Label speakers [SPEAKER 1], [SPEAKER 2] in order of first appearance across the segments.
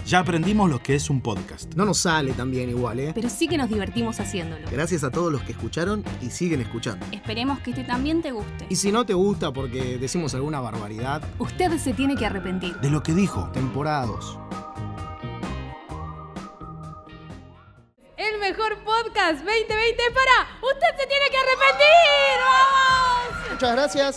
[SPEAKER 1] Ya aprendimos lo que es un podcast.
[SPEAKER 2] No nos sale tan bien igual, ¿eh?
[SPEAKER 3] Pero sí que nos divertimos haciéndolo.
[SPEAKER 2] Gracias a todos los que escucharon y siguen escuchando.
[SPEAKER 4] Esperemos que este también te guste.
[SPEAKER 2] Y si no te gusta porque decimos alguna barbaridad,
[SPEAKER 3] Usted se tiene que arrepentir.
[SPEAKER 1] De lo que dijo.
[SPEAKER 2] temporada 2.
[SPEAKER 3] El mejor podcast 2020 para Usted se tiene que arrepentir. ¡Vamos!
[SPEAKER 5] Muchas gracias.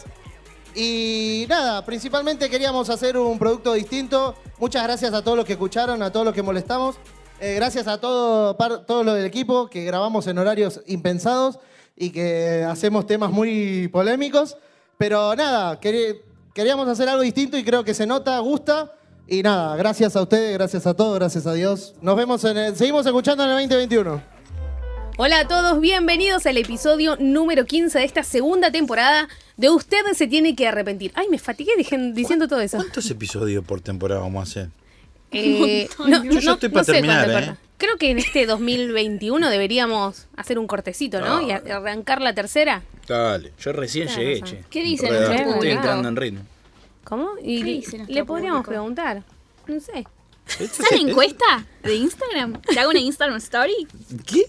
[SPEAKER 5] Y nada, principalmente queríamos hacer un producto distinto. Muchas gracias a todos los que escucharon, a todos los que molestamos. Gracias a todo lo del equipo, que grabamos en horarios impensados y que hacemos temas muy polémicos. Pero nada, queríamos hacer algo distinto y creo que se nota, gusta. Y nada, gracias a ustedes, gracias a todos, gracias a Dios. Nos vemos seguimos escuchando en el 2021.
[SPEAKER 3] Hola a todos, bienvenidos al episodio número 15 de esta segunda temporada de Usted se tiene que arrepentir. Ay, me fatigué diciendo todo eso.
[SPEAKER 6] ¿Cuántos episodios por temporada vamos a hacer?
[SPEAKER 3] Yo
[SPEAKER 6] ya estoy para
[SPEAKER 3] sé
[SPEAKER 6] terminar,
[SPEAKER 3] cuánto corta. Creo que en este 2021 deberíamos hacer un cortecito, ¿no? Y arrancar la tercera.
[SPEAKER 6] Dale, yo recién
[SPEAKER 3] Claro,
[SPEAKER 6] llegué,
[SPEAKER 3] no sé.
[SPEAKER 6] che.
[SPEAKER 4] ¿Qué dice
[SPEAKER 6] Re-
[SPEAKER 4] nuestro
[SPEAKER 6] Estoy
[SPEAKER 4] público?
[SPEAKER 6] entrando en ritmo.
[SPEAKER 3] ¿Cómo? Y
[SPEAKER 4] ¿Qué dice nuestro
[SPEAKER 3] le podríamos
[SPEAKER 4] público?
[SPEAKER 3] preguntar. No sé.
[SPEAKER 4] ¿Está la encuesta de Instagram? ¿Te hago una Instagram story?
[SPEAKER 6] ¿Qué?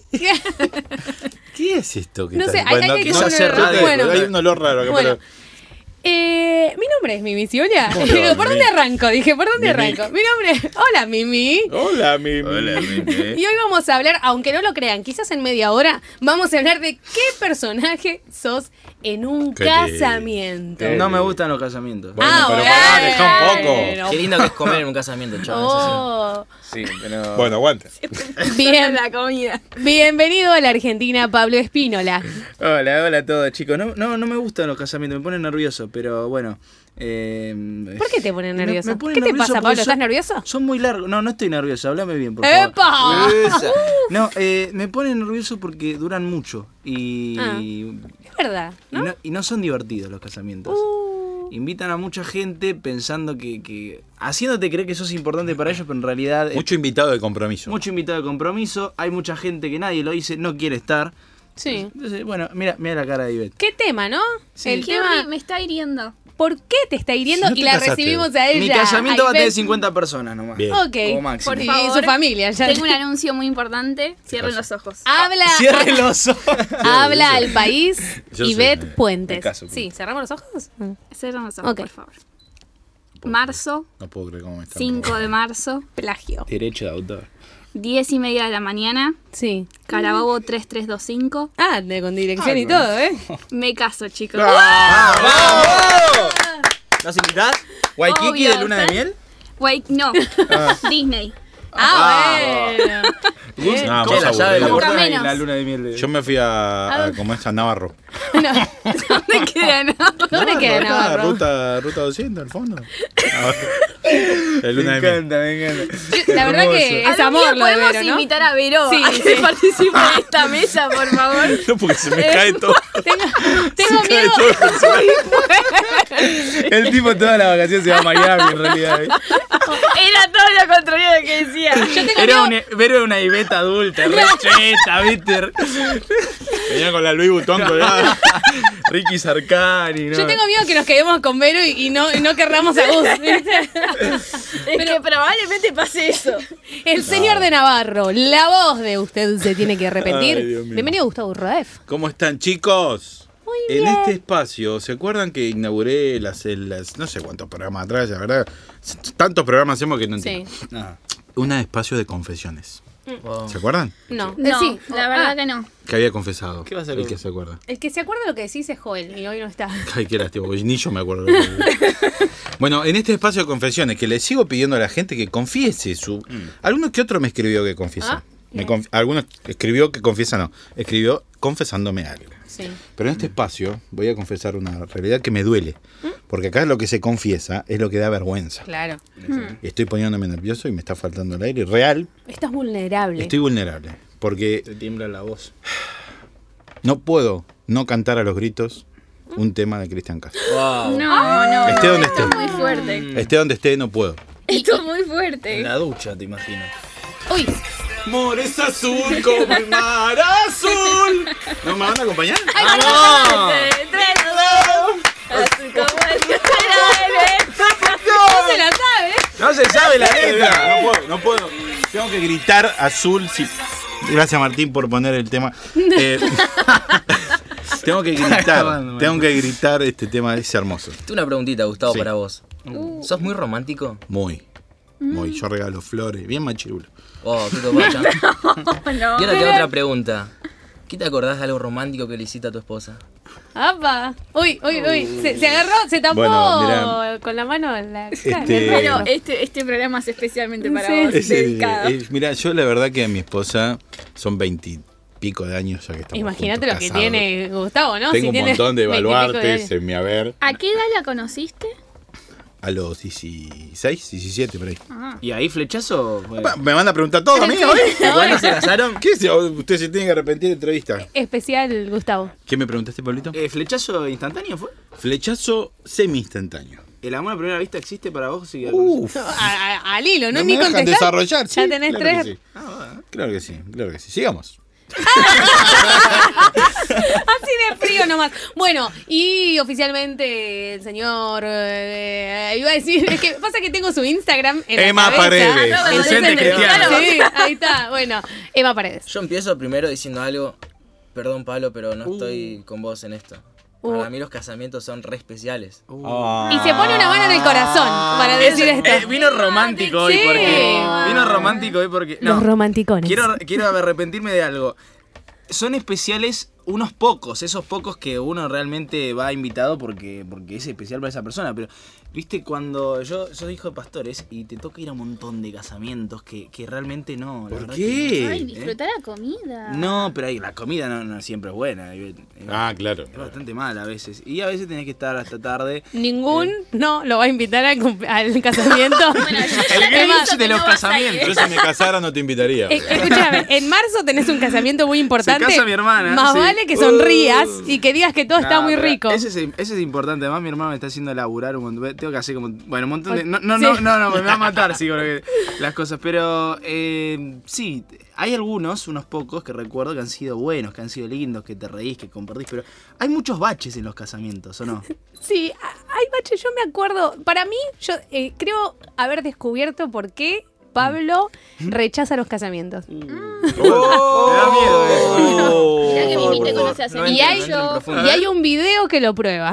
[SPEAKER 6] ¿Qué es esto?
[SPEAKER 3] No sé, hay que
[SPEAKER 6] no
[SPEAKER 3] poner-
[SPEAKER 6] hace radio,
[SPEAKER 3] bueno.
[SPEAKER 6] hay un olor raro acá.
[SPEAKER 3] Bueno.
[SPEAKER 6] pero-
[SPEAKER 3] Mi nombre es Mimi Ciolia.
[SPEAKER 6] ¿Cómo te va,
[SPEAKER 3] ¿Por dónde
[SPEAKER 6] Mimi?
[SPEAKER 3] arranco? Dije, ¿por dónde
[SPEAKER 6] Mimi.
[SPEAKER 3] arranco? Mi nombre es... Hola, Mimi.
[SPEAKER 6] Hola, Mimi.
[SPEAKER 3] Y hoy vamos a hablar, aunque no lo crean, quizás en media hora, vamos a hablar de qué personaje sos en un
[SPEAKER 6] Qué
[SPEAKER 3] casamiento.
[SPEAKER 7] No me gustan los casamientos.
[SPEAKER 6] Bueno, pero pará, dejá un poco.
[SPEAKER 3] bueno.
[SPEAKER 7] Qué lindo que es comer en un casamiento, chaval.
[SPEAKER 3] Oh,
[SPEAKER 7] Sí, pero...
[SPEAKER 6] Bueno, aguante.
[SPEAKER 3] bien,
[SPEAKER 4] La comida.
[SPEAKER 3] bienvenido a la Argentina, Pablo Espínola.
[SPEAKER 7] Hola a todos, chicos. No me gustan los casamientos, me ponen nervioso, pero bueno.
[SPEAKER 3] ¿Por qué te ponen nervioso?
[SPEAKER 7] Me ponen
[SPEAKER 3] ¿Qué te
[SPEAKER 7] nervioso
[SPEAKER 3] pasa,
[SPEAKER 7] porque
[SPEAKER 3] Pablo? ¿Estás nervioso?
[SPEAKER 7] Son muy largos. No estoy nervioso, háblame bien, por favor.
[SPEAKER 3] ¡Epa!
[SPEAKER 7] Esa. No, me ponen nervioso porque duran mucho y,
[SPEAKER 3] Es verdad, ¿no?
[SPEAKER 7] y no son divertidos los casamientos. Invitan a mucha gente pensando que haciéndote creer que sos importante para ellos, pero en realidad
[SPEAKER 6] Mucho invitado de compromiso.
[SPEAKER 7] mucho invitado de compromiso. Hay mucha gente que nadie lo dice, no quiere estar.
[SPEAKER 3] Sí.
[SPEAKER 7] Entonces, bueno, mira la cara de Ivette.
[SPEAKER 3] ¿Qué tema, no?
[SPEAKER 7] Sí.
[SPEAKER 3] El
[SPEAKER 4] Qué
[SPEAKER 3] tema...
[SPEAKER 4] horrible, me está hiriendo.
[SPEAKER 3] ¿Por qué te está hiriendo?
[SPEAKER 6] Si no te
[SPEAKER 3] y la
[SPEAKER 6] casaste.
[SPEAKER 3] recibimos a ella.
[SPEAKER 7] Mi casamiento va a tener
[SPEAKER 3] Ivette.
[SPEAKER 7] 50 personas nomás.
[SPEAKER 6] Bien.
[SPEAKER 3] Ok.
[SPEAKER 7] Como máximo.
[SPEAKER 4] Por
[SPEAKER 3] Y
[SPEAKER 4] favor.
[SPEAKER 3] su familia. Ya.
[SPEAKER 4] Tengo un anuncio muy importante. Cierren los ojos.
[SPEAKER 3] Habla,
[SPEAKER 7] Cierren los ojos.
[SPEAKER 3] habla al país
[SPEAKER 6] Yo
[SPEAKER 3] Ivette
[SPEAKER 6] soy-
[SPEAKER 3] Puentes.
[SPEAKER 6] me caso con-
[SPEAKER 3] Sí, ¿cerramos los ojos?
[SPEAKER 4] Cierren los ojos,
[SPEAKER 3] Ok.
[SPEAKER 4] por favor. Marzo,
[SPEAKER 6] No puedo creer cómo me está.
[SPEAKER 4] 5 de marzo,
[SPEAKER 3] Plagio.
[SPEAKER 7] Derecho de autor.
[SPEAKER 4] 10:30 de la mañana,
[SPEAKER 3] Sí.
[SPEAKER 4] Carabobo 3325.
[SPEAKER 3] Ah, con dirección y todo, ¿eh?
[SPEAKER 4] Me caso, chicos.
[SPEAKER 7] ¡Vamos! ¿Nos invitás? ¿Waikiki
[SPEAKER 4] Obvio,
[SPEAKER 7] de luna de
[SPEAKER 4] ¿sabes?
[SPEAKER 7] miel?
[SPEAKER 4] Wait, no. Disney.
[SPEAKER 3] Bueno.
[SPEAKER 6] No,
[SPEAKER 7] Che,
[SPEAKER 6] vamos
[SPEAKER 7] la llave de la
[SPEAKER 6] aburridos.
[SPEAKER 4] Nunca
[SPEAKER 7] puerta y
[SPEAKER 4] menos.
[SPEAKER 7] la luna de miel de...
[SPEAKER 6] Yo me fui a como es a Navarro.
[SPEAKER 4] ¿Dónde queda, no?
[SPEAKER 3] ¿Dónde queda Navarro?
[SPEAKER 6] Ruta 200 al fondo. El
[SPEAKER 7] Me
[SPEAKER 6] luna de miel.
[SPEAKER 7] encanta, me encanta.
[SPEAKER 3] La verdad que es
[SPEAKER 4] Algún
[SPEAKER 3] amor
[SPEAKER 4] día
[SPEAKER 3] lo de
[SPEAKER 4] podemos
[SPEAKER 3] Vero, ¿no?
[SPEAKER 4] invitar a Vero
[SPEAKER 3] Sí,
[SPEAKER 4] a
[SPEAKER 3] sí.
[SPEAKER 4] que participe en esta mesa, por favor.
[SPEAKER 6] No, porque se me cae todo.
[SPEAKER 3] Tengo
[SPEAKER 6] Se cae
[SPEAKER 3] miedo.
[SPEAKER 6] todo.
[SPEAKER 7] El tipo toda la vacación se va a Miami, en realidad.
[SPEAKER 4] Era todo lo contrario de lo que decía.
[SPEAKER 7] Era una Ivette adulta, re cheta, ¿viste?
[SPEAKER 6] Venía con la Louis Vuitton colgada.
[SPEAKER 7] Ricky Sarkani, ¿no?
[SPEAKER 3] Yo tengo miedo que nos quedemos con Vero y no querramos a Gus. ¿viste?
[SPEAKER 4] Es que probablemente pase eso.
[SPEAKER 3] El señor de Navarro, la voz de Usted se tiene que arrepentir.
[SPEAKER 6] Ay, Dios mío.
[SPEAKER 3] Bienvenido, Gustavo Urraef.
[SPEAKER 6] ¿Cómo están, chicos?
[SPEAKER 3] Muy
[SPEAKER 6] En
[SPEAKER 3] bien.
[SPEAKER 6] este espacio, ¿se acuerdan que inauguré las no sé cuántos programas atrás, la verdad? Tantos programas hacemos que no
[SPEAKER 3] Sí.
[SPEAKER 6] entiendo.
[SPEAKER 7] Ah,
[SPEAKER 6] Un espacio de confesiones.
[SPEAKER 7] wow.
[SPEAKER 6] ¿Se acuerdan?
[SPEAKER 3] No,
[SPEAKER 4] No,
[SPEAKER 3] sí.
[SPEAKER 4] la verdad que no.
[SPEAKER 6] Que había confesado.
[SPEAKER 7] ¿Qué va a ser?
[SPEAKER 6] El que se acuerda.
[SPEAKER 3] El que se acuerda lo que decís es Joel y hoy no está.
[SPEAKER 6] Ay, qué lástima, porque ni yo me acuerdo. Bueno, en este espacio de confesiones, que le sigo pidiendo a la gente que confiese su... Alguno que otro me escribió que confiesa.
[SPEAKER 3] Ah,
[SPEAKER 6] Algunos escribió que confiesa, no. Escribió confesándome algo.
[SPEAKER 3] Sí.
[SPEAKER 6] Pero en este espacio voy a confesar una realidad que me duele. Porque acá lo que se confiesa es lo que da vergüenza.
[SPEAKER 3] Claro.
[SPEAKER 6] Y estoy poniéndome nervioso y me está faltando el aire. Real,
[SPEAKER 3] Estás vulnerable.
[SPEAKER 6] estoy vulnerable. Porque
[SPEAKER 7] Te tiembla la voz.
[SPEAKER 6] no puedo no cantar a los gritos un tema de Cristian Castro.
[SPEAKER 7] Wow.
[SPEAKER 4] No.
[SPEAKER 6] Esté donde
[SPEAKER 4] Esto
[SPEAKER 6] esté.
[SPEAKER 4] es muy fuerte.
[SPEAKER 6] Esté donde esté, no puedo.
[SPEAKER 4] Esto es muy
[SPEAKER 7] En
[SPEAKER 4] fuerte.
[SPEAKER 7] la ducha, te imagino.
[SPEAKER 3] Uy,
[SPEAKER 6] Amor es azul como el mar azul. ¿No me van a acompañar?
[SPEAKER 7] ¡Vamos!
[SPEAKER 4] Azul como el cielo.
[SPEAKER 3] no se la sabe.
[SPEAKER 7] No se sabe la letra.
[SPEAKER 6] No puedo. Tengo que gritar azul. Sí. Gracias, Martín, por poner el tema. Tengo que gritar este tema, es hermoso.
[SPEAKER 8] Tengo una preguntita, Gustavo,
[SPEAKER 6] Sí.
[SPEAKER 8] para vos. ¿Sos muy romántico?
[SPEAKER 6] Muy. Yo regalo flores, bien machirulo.
[SPEAKER 8] Oh, qué topacha.
[SPEAKER 4] No.
[SPEAKER 8] Y ahora tengo otra pregunta. ¿Qué te acordás de algo romántico que le hiciste a tu esposa?
[SPEAKER 3] ¡Apa! Uy. Se agarró, se tapó
[SPEAKER 6] Bueno, mirá.
[SPEAKER 3] con la mano en la
[SPEAKER 4] Pero este programa es especialmente para
[SPEAKER 3] Sí.
[SPEAKER 4] vos, dedicado.
[SPEAKER 6] Mira, yo la verdad que a mi esposa son 20 y pico de años ya que estamos
[SPEAKER 3] Imagínate
[SPEAKER 6] juntos,
[SPEAKER 3] lo que
[SPEAKER 6] casados.
[SPEAKER 3] tiene Gustavo, ¿no?
[SPEAKER 6] Tengo
[SPEAKER 3] Si
[SPEAKER 6] un
[SPEAKER 3] tiene
[SPEAKER 6] montón de
[SPEAKER 3] 20 y pico de
[SPEAKER 6] baluartes
[SPEAKER 3] años.
[SPEAKER 6] en mi haber.
[SPEAKER 4] ¿A qué edad la conociste?
[SPEAKER 6] A los 16, 17 por ahí.
[SPEAKER 7] ¿Y ahí flechazo? Fue-
[SPEAKER 6] Me van a preguntar todo a mí hoy.
[SPEAKER 8] ¿Y cuándo se casaron?
[SPEAKER 6] ¿Qué es? Usted se tiene que arrepentir de entrevista.
[SPEAKER 3] Especial, Gustavo.
[SPEAKER 6] ¿Qué me preguntaste, Pablito?
[SPEAKER 7] ¿Flechazo instantáneo fue?
[SPEAKER 6] Flechazo semi-instantáneo.
[SPEAKER 7] ¿El amor a primera vista existe para vos? Sí,
[SPEAKER 6] Uf.
[SPEAKER 3] Al hilo, ¿no?
[SPEAKER 6] No
[SPEAKER 3] Ni
[SPEAKER 6] me dejan
[SPEAKER 3] contestar.
[SPEAKER 6] desarrollar.
[SPEAKER 3] Ya
[SPEAKER 6] sí,
[SPEAKER 3] tenés
[SPEAKER 6] claro
[SPEAKER 3] tres.
[SPEAKER 6] que sí. Claro que sí, claro que sí. Sigamos.
[SPEAKER 3] Así de frío nomás. Bueno, y oficialmente el señor. Iba a decir. Es que pasa que tengo su Instagram en
[SPEAKER 6] Emma
[SPEAKER 3] la cabeza.
[SPEAKER 6] Paredes.
[SPEAKER 3] Entonces
[SPEAKER 7] Vicente
[SPEAKER 3] me-
[SPEAKER 7] Cristiano.
[SPEAKER 3] Sí, ahí está. Bueno, Emma Paredes.
[SPEAKER 8] Yo empiezo primero diciendo algo. Perdón, Pablo, pero no estoy con vos en esto. Para mí los casamientos son re especiales.
[SPEAKER 3] Y se pone una mano en el corazón para decir esto.
[SPEAKER 7] Vino romántico hoy
[SPEAKER 3] Sí.
[SPEAKER 7] porque. Vino romántico hoy porque.
[SPEAKER 3] Los romanticones.
[SPEAKER 7] Quiero arrepentirme de algo. Son especiales unos pocos, esos pocos que uno realmente va invitado porque es especial para esa persona. Pero, viste, cuando yo soy hijo de pastores y te toca ir a un montón de casamientos que realmente no. la
[SPEAKER 6] ¿Por
[SPEAKER 7] verdad
[SPEAKER 6] qué?
[SPEAKER 4] Ay, disfrutar la comida.
[SPEAKER 7] que no, pero ahí la comida no siempre es buena.
[SPEAKER 6] Claro.
[SPEAKER 7] Es bastante mala a veces. Y a veces tenés que estar hasta tarde.
[SPEAKER 3] Ningún no lo va a invitar al casamiento.
[SPEAKER 4] Bueno, yo
[SPEAKER 7] El
[SPEAKER 4] ya te
[SPEAKER 7] Grinch
[SPEAKER 4] aviso
[SPEAKER 7] de
[SPEAKER 4] que
[SPEAKER 7] los
[SPEAKER 4] no vas a ir.
[SPEAKER 7] casamientos.
[SPEAKER 6] Yo si me casara no te invitaría.
[SPEAKER 3] Escúchame, en marzo tenés un casamiento muy importante.
[SPEAKER 7] Se casa mi hermana,
[SPEAKER 3] Más
[SPEAKER 7] sí.
[SPEAKER 3] vale que sonrías y que digas que todo está
[SPEAKER 7] No,
[SPEAKER 3] muy
[SPEAKER 7] pero
[SPEAKER 3] rico.
[SPEAKER 7] Ese es importante. Además, mi hermano me está haciendo laburar un montón. Tengo que hacer como. Bueno, un montón de. No,
[SPEAKER 3] Sí.
[SPEAKER 7] me va a matar, sí, con las cosas. Pero sí, hay unos pocos que recuerdo que han sido buenos, que han sido lindos, que te reís, que compartís. Pero hay muchos baches en los casamientos, ¿o no?
[SPEAKER 3] Sí, hay baches, yo me acuerdo. Para mí, yo creo haber descubierto por qué Pablo rechaza los casamientos.
[SPEAKER 7] Me da miedo eso.
[SPEAKER 4] Mirá que Mimi te conoce hace
[SPEAKER 8] No
[SPEAKER 4] mucho.
[SPEAKER 3] Y hay,
[SPEAKER 8] entro en profundo.
[SPEAKER 3] y hay un video que lo prueba.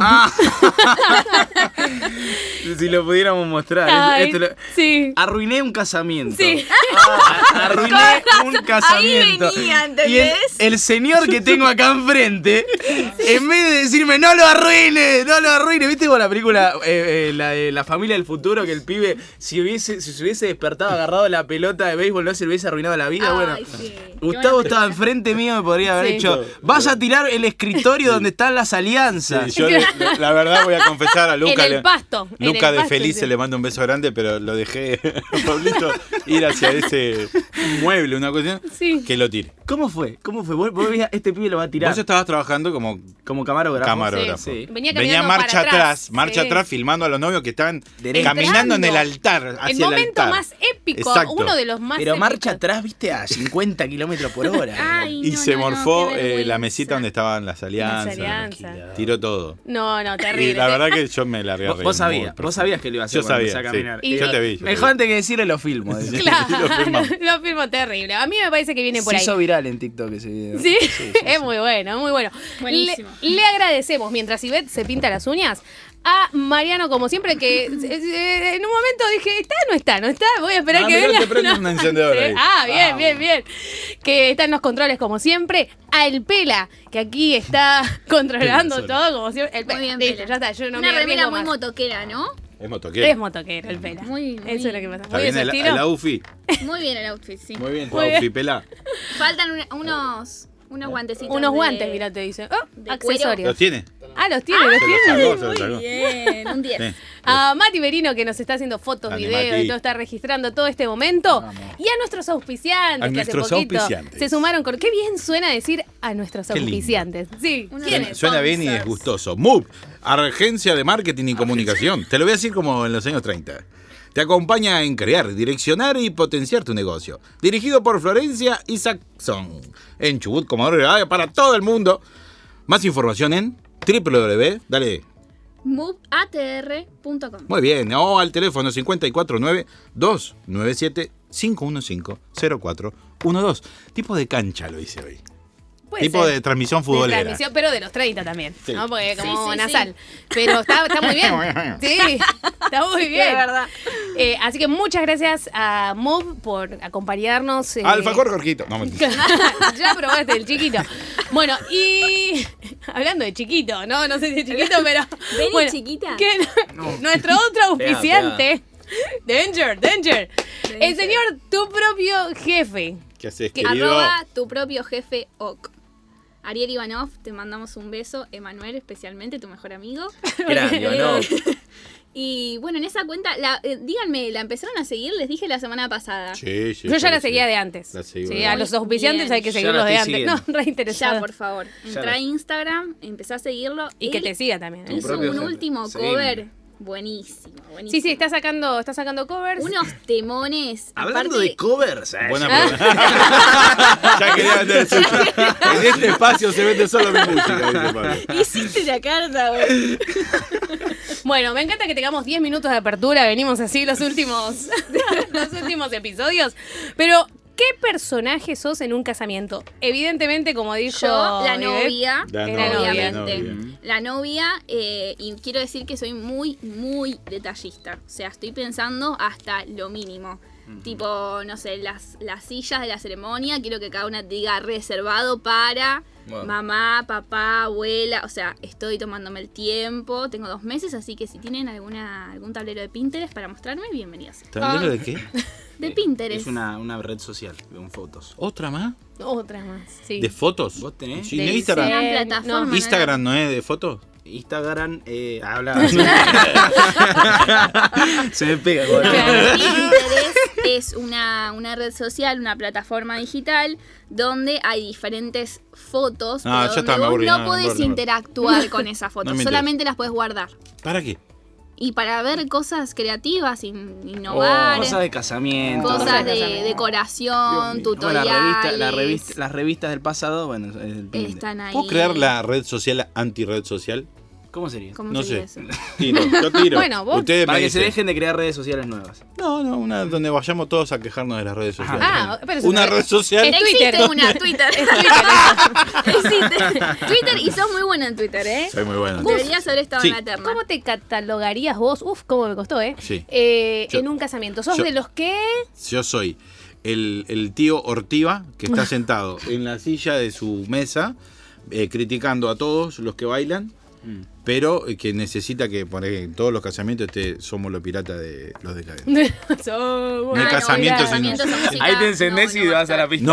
[SPEAKER 7] Si lo pudiéramos mostrar.
[SPEAKER 3] Ay, sí.
[SPEAKER 7] Arruiné un casamiento.
[SPEAKER 3] Sí.
[SPEAKER 7] Arruiné un casamiento.
[SPEAKER 4] Ahí venía,
[SPEAKER 7] Y
[SPEAKER 4] ¿entendés?
[SPEAKER 7] el señor que tengo acá enfrente, en vez de decirme no lo arruine, ¿viste con la película la de La familia del futuro? Que el pibe, si se hubiese despertado agarrado la pelota de béisbol, no se le hubiese arruinado la vida. Bueno,
[SPEAKER 4] Ay, sí.
[SPEAKER 7] Gustavo estaba enfrente mío, me podría haber
[SPEAKER 3] Sí.
[SPEAKER 7] hecho. Vas a tirar el escritorio donde están las alianzas.
[SPEAKER 6] Sí, yo la verdad voy a confesar a Luca.
[SPEAKER 3] En el pasto. en
[SPEAKER 6] Luca
[SPEAKER 3] el
[SPEAKER 6] de
[SPEAKER 3] pasto,
[SPEAKER 6] Felice
[SPEAKER 3] sí.
[SPEAKER 6] le mando un beso grande, pero lo dejé, Pablito, ir hacia ese mueble, una cuestión,
[SPEAKER 3] Sí.
[SPEAKER 6] que lo tire.
[SPEAKER 7] ¿Cómo fue? Vos veías, este pibe lo va a tirar.
[SPEAKER 6] Vos estabas trabajando como
[SPEAKER 7] Como camarógrafo.
[SPEAKER 6] camarógrafo.
[SPEAKER 7] Sí.
[SPEAKER 3] Venía caminando
[SPEAKER 6] marcha
[SPEAKER 3] para atrás.
[SPEAKER 6] marcha
[SPEAKER 3] Sí.
[SPEAKER 6] atrás, filmando a los novios que estaban
[SPEAKER 7] Derecho.
[SPEAKER 6] caminando en el altar, hacia
[SPEAKER 3] El
[SPEAKER 6] el
[SPEAKER 3] momento
[SPEAKER 6] altar.
[SPEAKER 3] más épico,
[SPEAKER 6] Exacto.
[SPEAKER 3] uno de los más
[SPEAKER 7] Pero
[SPEAKER 3] épicos.
[SPEAKER 7] marcha atrás, viste, a 50 kilómetros por hora.
[SPEAKER 4] Ay,
[SPEAKER 6] Y
[SPEAKER 4] no,
[SPEAKER 6] se
[SPEAKER 4] no, no,
[SPEAKER 6] morfó
[SPEAKER 4] qué vergüenza.
[SPEAKER 6] la mesita donde estaban las alianzas.
[SPEAKER 3] alianzas.
[SPEAKER 6] Tiró todo.
[SPEAKER 3] No,
[SPEAKER 6] Y
[SPEAKER 3] terrible.
[SPEAKER 6] la verdad que yo me largué a reír.
[SPEAKER 7] Vos
[SPEAKER 6] muy
[SPEAKER 7] sabías
[SPEAKER 6] profundo.
[SPEAKER 7] que lo iba a hacer
[SPEAKER 6] Yo
[SPEAKER 7] cuando
[SPEAKER 6] sabía,
[SPEAKER 7] empecé a
[SPEAKER 6] sí.
[SPEAKER 7] caminar.
[SPEAKER 3] Y-
[SPEAKER 6] Yo te vi.
[SPEAKER 7] Mejor antes que decirle lo filmo. decía.
[SPEAKER 3] Claro,
[SPEAKER 6] Lo filmamos.
[SPEAKER 3] lo filmo terrible. A mí me parece que viene por
[SPEAKER 7] Se
[SPEAKER 3] ahí.
[SPEAKER 7] hizo viral en TikTok ese video.
[SPEAKER 3] Sí, es muy bueno, muy bueno.
[SPEAKER 4] Buenísimo.
[SPEAKER 3] Le agradecemos, mientras Ivette se pinta las uñas, a Mariano, como siempre, que en un momento dije, ¿está o no está? ¿No está? Voy a esperar
[SPEAKER 6] Ah,
[SPEAKER 3] que
[SPEAKER 6] mirá,
[SPEAKER 3] venga.
[SPEAKER 6] te prende
[SPEAKER 3] No.
[SPEAKER 6] un encendedor
[SPEAKER 3] Sí.
[SPEAKER 6] ahí.
[SPEAKER 3] Bien. Que está en los controles, como siempre. A El Pela, que aquí está controlando
[SPEAKER 6] Solo.
[SPEAKER 3] todo, como siempre. El
[SPEAKER 4] Muy bien,
[SPEAKER 3] Listo,
[SPEAKER 4] Pela.
[SPEAKER 3] ya está, yo no
[SPEAKER 4] Una
[SPEAKER 3] me
[SPEAKER 4] remera
[SPEAKER 3] arriesgo
[SPEAKER 4] muy
[SPEAKER 3] más.
[SPEAKER 4] motoquera, ¿no?
[SPEAKER 6] Es motoquero.
[SPEAKER 3] Es motoquero, El Pela.
[SPEAKER 4] Muy
[SPEAKER 3] Eso es lo que pasa.
[SPEAKER 6] Está
[SPEAKER 3] Muy de
[SPEAKER 6] bien
[SPEAKER 3] su
[SPEAKER 6] el
[SPEAKER 3] estilo.
[SPEAKER 6] UFI.
[SPEAKER 4] Muy bien el outfit, sí.
[SPEAKER 6] Muy bien, tu
[SPEAKER 3] Muy bien.
[SPEAKER 6] outfit, pelá.
[SPEAKER 4] Faltan unos guantecitos.
[SPEAKER 3] Unos
[SPEAKER 4] de-
[SPEAKER 3] guantes, mira, te dice. Oh,
[SPEAKER 4] de
[SPEAKER 3] accesorios.
[SPEAKER 6] ¿Los tiene?
[SPEAKER 3] Ah, los tiene.
[SPEAKER 6] Se los sacó, se los
[SPEAKER 4] Muy
[SPEAKER 6] sacó.
[SPEAKER 4] bien, un 10.
[SPEAKER 6] Sí.
[SPEAKER 3] A Mati Berino, que nos está haciendo fotos,
[SPEAKER 6] Dale,
[SPEAKER 3] videos
[SPEAKER 6] Mati.
[SPEAKER 3] y todo, está registrando todo este momento. Y a nuestros auspiciantes,
[SPEAKER 6] A
[SPEAKER 3] que
[SPEAKER 6] nuestros
[SPEAKER 3] hace poquito
[SPEAKER 6] auspiciantes.
[SPEAKER 3] se sumaron con. Qué bien suena decir a nuestros
[SPEAKER 6] Qué lindo.
[SPEAKER 3] auspiciantes. Sí,
[SPEAKER 4] Uno
[SPEAKER 3] ¿quién
[SPEAKER 4] de-
[SPEAKER 3] es?
[SPEAKER 6] Suena bien y es gustoso. Move, agencia de marketing y comunicación. Te lo voy a decir como en los años 30. Te acompaña en crear, direccionar y potenciar tu negocio. Dirigido por Florencia y Saxon. En Chubut, Comodoro Rivadavia, para todo el mundo. Más información en www. Dale.
[SPEAKER 4] moveatr.com.
[SPEAKER 6] Muy bien, o al teléfono 549-297-515-0412. Tipo de cancha lo hice hoy.
[SPEAKER 3] Puede
[SPEAKER 6] Tipo
[SPEAKER 3] ser.
[SPEAKER 6] de transmisión
[SPEAKER 3] De
[SPEAKER 6] futbolera.
[SPEAKER 3] transmisión, pero de los 30 también,
[SPEAKER 6] Sí.
[SPEAKER 3] ¿no? Porque como
[SPEAKER 4] Sí, sí,
[SPEAKER 3] nasal. Pero está muy bien. Sí, está muy bien.
[SPEAKER 4] De verdad.
[SPEAKER 3] Así que muchas gracias a Move por acompañarnos.
[SPEAKER 6] Alfajor Jorgito. No, mentira.
[SPEAKER 3] Ya probaste el chiquito. Bueno, y hablando de chiquito, no sé si es chiquito, pero.
[SPEAKER 4] Vení,
[SPEAKER 3] bueno,
[SPEAKER 4] chiquita.
[SPEAKER 3] que nuestro otro auspiciante, Danger. El señor Tu Propio Jefe.
[SPEAKER 6] ¿Qué haces,
[SPEAKER 3] Que
[SPEAKER 6] querido?
[SPEAKER 4] @tu propio jefe OK. Ariel Ivanov, te mandamos un beso. Emanuel, especialmente, tu mejor amigo.
[SPEAKER 8] Grande, ¿o no?
[SPEAKER 4] Y bueno, en esa cuenta, díganme, ¿la empezaron a seguir? Les dije la semana pasada.
[SPEAKER 6] Sí, sí.
[SPEAKER 3] Yo ya la
[SPEAKER 6] sí.
[SPEAKER 3] seguía de antes.
[SPEAKER 6] La sigo
[SPEAKER 3] Sí,
[SPEAKER 6] de
[SPEAKER 3] a
[SPEAKER 6] antes.
[SPEAKER 3] los auspiciantes
[SPEAKER 4] Bien.
[SPEAKER 3] hay que
[SPEAKER 7] Ya
[SPEAKER 3] seguirlos
[SPEAKER 7] la
[SPEAKER 3] de
[SPEAKER 7] estoy
[SPEAKER 3] antes. No,
[SPEAKER 7] siguiendo.
[SPEAKER 3] re
[SPEAKER 4] Ya,
[SPEAKER 3] interesado.
[SPEAKER 4] por favor. Entra
[SPEAKER 7] la-
[SPEAKER 4] a Instagram, empezá a seguirlo.
[SPEAKER 3] Y que
[SPEAKER 4] Él
[SPEAKER 3] te siga también. ¿eh?
[SPEAKER 4] hizo
[SPEAKER 7] propio
[SPEAKER 4] un
[SPEAKER 7] jefe.
[SPEAKER 4] último
[SPEAKER 7] Seguime.
[SPEAKER 4] cover. Buenísimo.
[SPEAKER 3] Sí, está sacando covers.
[SPEAKER 4] Unos temones.
[SPEAKER 7] Hablando
[SPEAKER 4] aparte,
[SPEAKER 7] de covers,
[SPEAKER 6] Buena pregunta. Ya quería vender el suyo. En este espacio se vende solo mi música, dice Pablo.
[SPEAKER 4] hiciste la carta, güey.
[SPEAKER 3] Bueno, me encanta que tengamos 10 minutos de apertura. Venimos así los últimos episodios. Pero, ¿qué personaje sos en un casamiento? Evidentemente, como dijo
[SPEAKER 4] Yo, la
[SPEAKER 3] Ivette,
[SPEAKER 4] novia,
[SPEAKER 6] La
[SPEAKER 4] obviamente.
[SPEAKER 6] novia.
[SPEAKER 4] La novia, y quiero decir que soy muy, muy detallista. O sea, estoy pensando hasta lo mínimo. Tipo, no sé, las sillas de la ceremonia, quiero que cada una diga reservado para
[SPEAKER 8] Wow.
[SPEAKER 4] mamá, papá, abuela. O sea, estoy tomándome el tiempo. Tengo 2 meses, así que si tienen algún tablero de Pinterest para mostrarme, bienvenidos.
[SPEAKER 6] ¿Tablero de qué?
[SPEAKER 4] De Pinterest.
[SPEAKER 7] Es una red social con fotos.
[SPEAKER 6] ¿Otra más?
[SPEAKER 3] Otra más, sí.
[SPEAKER 6] ¿De fotos?
[SPEAKER 7] ¿Vos tenés?
[SPEAKER 6] Sí,
[SPEAKER 3] De
[SPEAKER 6] ¿no Instagram?
[SPEAKER 4] Una
[SPEAKER 3] diseño,
[SPEAKER 4] plataforma.
[SPEAKER 3] no.
[SPEAKER 6] Instagram no es de fotos.
[SPEAKER 7] Instagram, habla. Se me pega. güey.
[SPEAKER 4] Pinterest es una red social, una plataforma digital donde hay diferentes fotos,
[SPEAKER 6] Ah,
[SPEAKER 4] pero
[SPEAKER 6] ya está,
[SPEAKER 4] donde
[SPEAKER 6] me
[SPEAKER 4] vos
[SPEAKER 6] aburrí,
[SPEAKER 4] no
[SPEAKER 6] no,
[SPEAKER 4] podés
[SPEAKER 6] no.
[SPEAKER 4] interactuar con esas fotos,
[SPEAKER 6] No me interesa.
[SPEAKER 4] solamente las podés guardar.
[SPEAKER 6] ¿Para qué?
[SPEAKER 4] Y para ver cosas creativas, innovar,
[SPEAKER 7] Cosas de casamiento.
[SPEAKER 4] cosas de decoración,
[SPEAKER 7] Como
[SPEAKER 4] tutoriales.
[SPEAKER 7] las revistas del pasado, bueno, es el Pinterest.
[SPEAKER 4] Están ahí.
[SPEAKER 6] ¿Puedo crear la red social anti-red social?
[SPEAKER 7] ¿Cómo sería?
[SPEAKER 4] ¿Cómo
[SPEAKER 6] No
[SPEAKER 4] sería
[SPEAKER 6] sé.
[SPEAKER 4] eso?
[SPEAKER 6] Yo tiro.
[SPEAKER 3] Bueno, vos-
[SPEAKER 6] Ustedes
[SPEAKER 7] Para
[SPEAKER 6] me
[SPEAKER 7] que se
[SPEAKER 6] dicen.
[SPEAKER 7] dejen de crear redes sociales nuevas.
[SPEAKER 6] No, una donde vayamos todos a quejarnos de las redes sociales.
[SPEAKER 3] Ah, pero eso
[SPEAKER 6] Una
[SPEAKER 3] no-
[SPEAKER 6] red social.
[SPEAKER 3] Es
[SPEAKER 4] Existe
[SPEAKER 3] Twitter.
[SPEAKER 4] una, Twitter.
[SPEAKER 3] Es Twitter.
[SPEAKER 4] Existe. Twitter, y sos muy bueno en Twitter, ¿eh?
[SPEAKER 6] Soy muy bueno.
[SPEAKER 4] Deberías haber estado
[SPEAKER 6] Sí.
[SPEAKER 4] en la terna.
[SPEAKER 3] ¿Cómo te catalogarías vos? Uf, cómo me costó, ¿eh?
[SPEAKER 6] Sí.
[SPEAKER 3] En
[SPEAKER 6] Yo-
[SPEAKER 3] un casamiento. ¿Sos
[SPEAKER 6] yo-
[SPEAKER 3] de los que...?
[SPEAKER 6] Yo soy el tío Ortiva que está sentado en la silla de su mesa criticando a todos los que bailan, pero que necesita que por ejemplo, en todos los casamientos somos los piratas de los decadentes.
[SPEAKER 3] Somos-
[SPEAKER 6] No hay casamiento sin-
[SPEAKER 4] casamientos o música,
[SPEAKER 7] Ahí te encendés
[SPEAKER 4] no,
[SPEAKER 7] y
[SPEAKER 4] no
[SPEAKER 7] vas a la
[SPEAKER 4] estar.
[SPEAKER 7] pista.